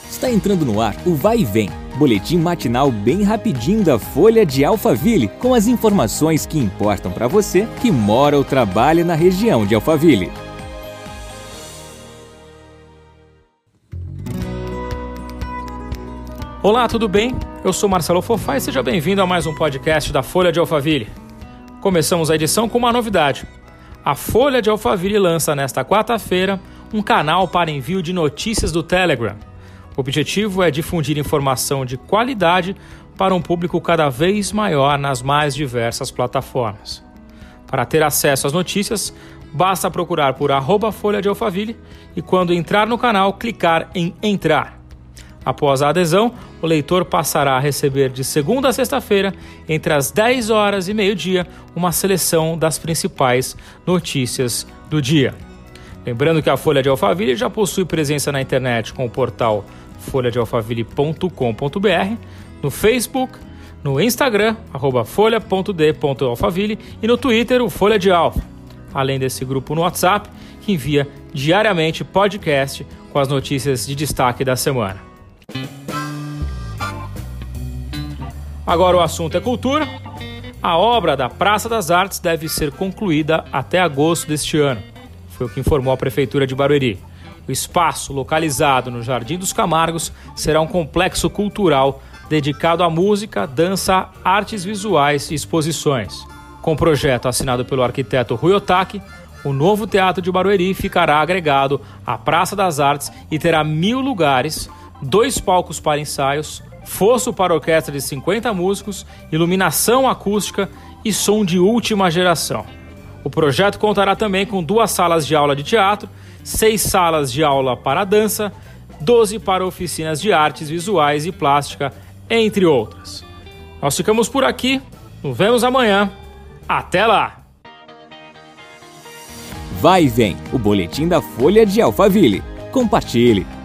Está entrando no ar o Vai e Vem, boletim matinal bem rapidinho da Folha de Alphaville, com as informações que importam para você que mora ou trabalha na região de Alphaville. Olá, tudo bem? Eu sou Marcelo Fofá e seja bem-vindo a mais um podcast da Folha de Alphaville. Começamos a edição com uma novidade. A Folha de Alphaville lança nesta quarta-feira um canal para envio de notícias do Telegram. O objetivo é difundir informação de qualidade para um público cada vez maior nas mais diversas plataformas. Para ter acesso às notícias, basta procurar por @Folha de Alphaville e quando entrar no canal, clicar em Entrar. Após a adesão, o leitor passará a receber de segunda a sexta-feira, entre as 10 horas e meio-dia, uma seleção das principais notícias do dia. Lembrando que a Folha de Alphaville já possui presença na internet com o portal folhadealphaville.com.br, no Facebook, no Instagram, @folha.d.alphaville e no Twitter, o Folha de Alpha. Além desse grupo no WhatsApp, que envia diariamente podcast com as notícias de destaque da semana. Agora o assunto é cultura. A obra da Praça das Artes deve ser concluída até agosto deste ano. Foi o que informou a Prefeitura de Barueri. O espaço, localizado no Jardim dos Camargos, será um complexo cultural dedicado à música, dança, artes visuais e exposições. Com o projeto assinado pelo arquiteto Rui Otaki, o novo Teatro de Barueri ficará agregado à Praça das Artes e terá 1.000 lugares, 2 palcos para ensaios, fosso para orquestra de 50 músicos, iluminação acústica e som de última geração. O projeto contará também com 2 salas de aula de teatro, 6 salas de aula para dança, 12 para oficinas de artes visuais e plástica, entre outras. Nós ficamos por aqui, nos vemos amanhã. Até lá! Vai e Vem, o boletim da Folha de Alphaville. Compartilhe!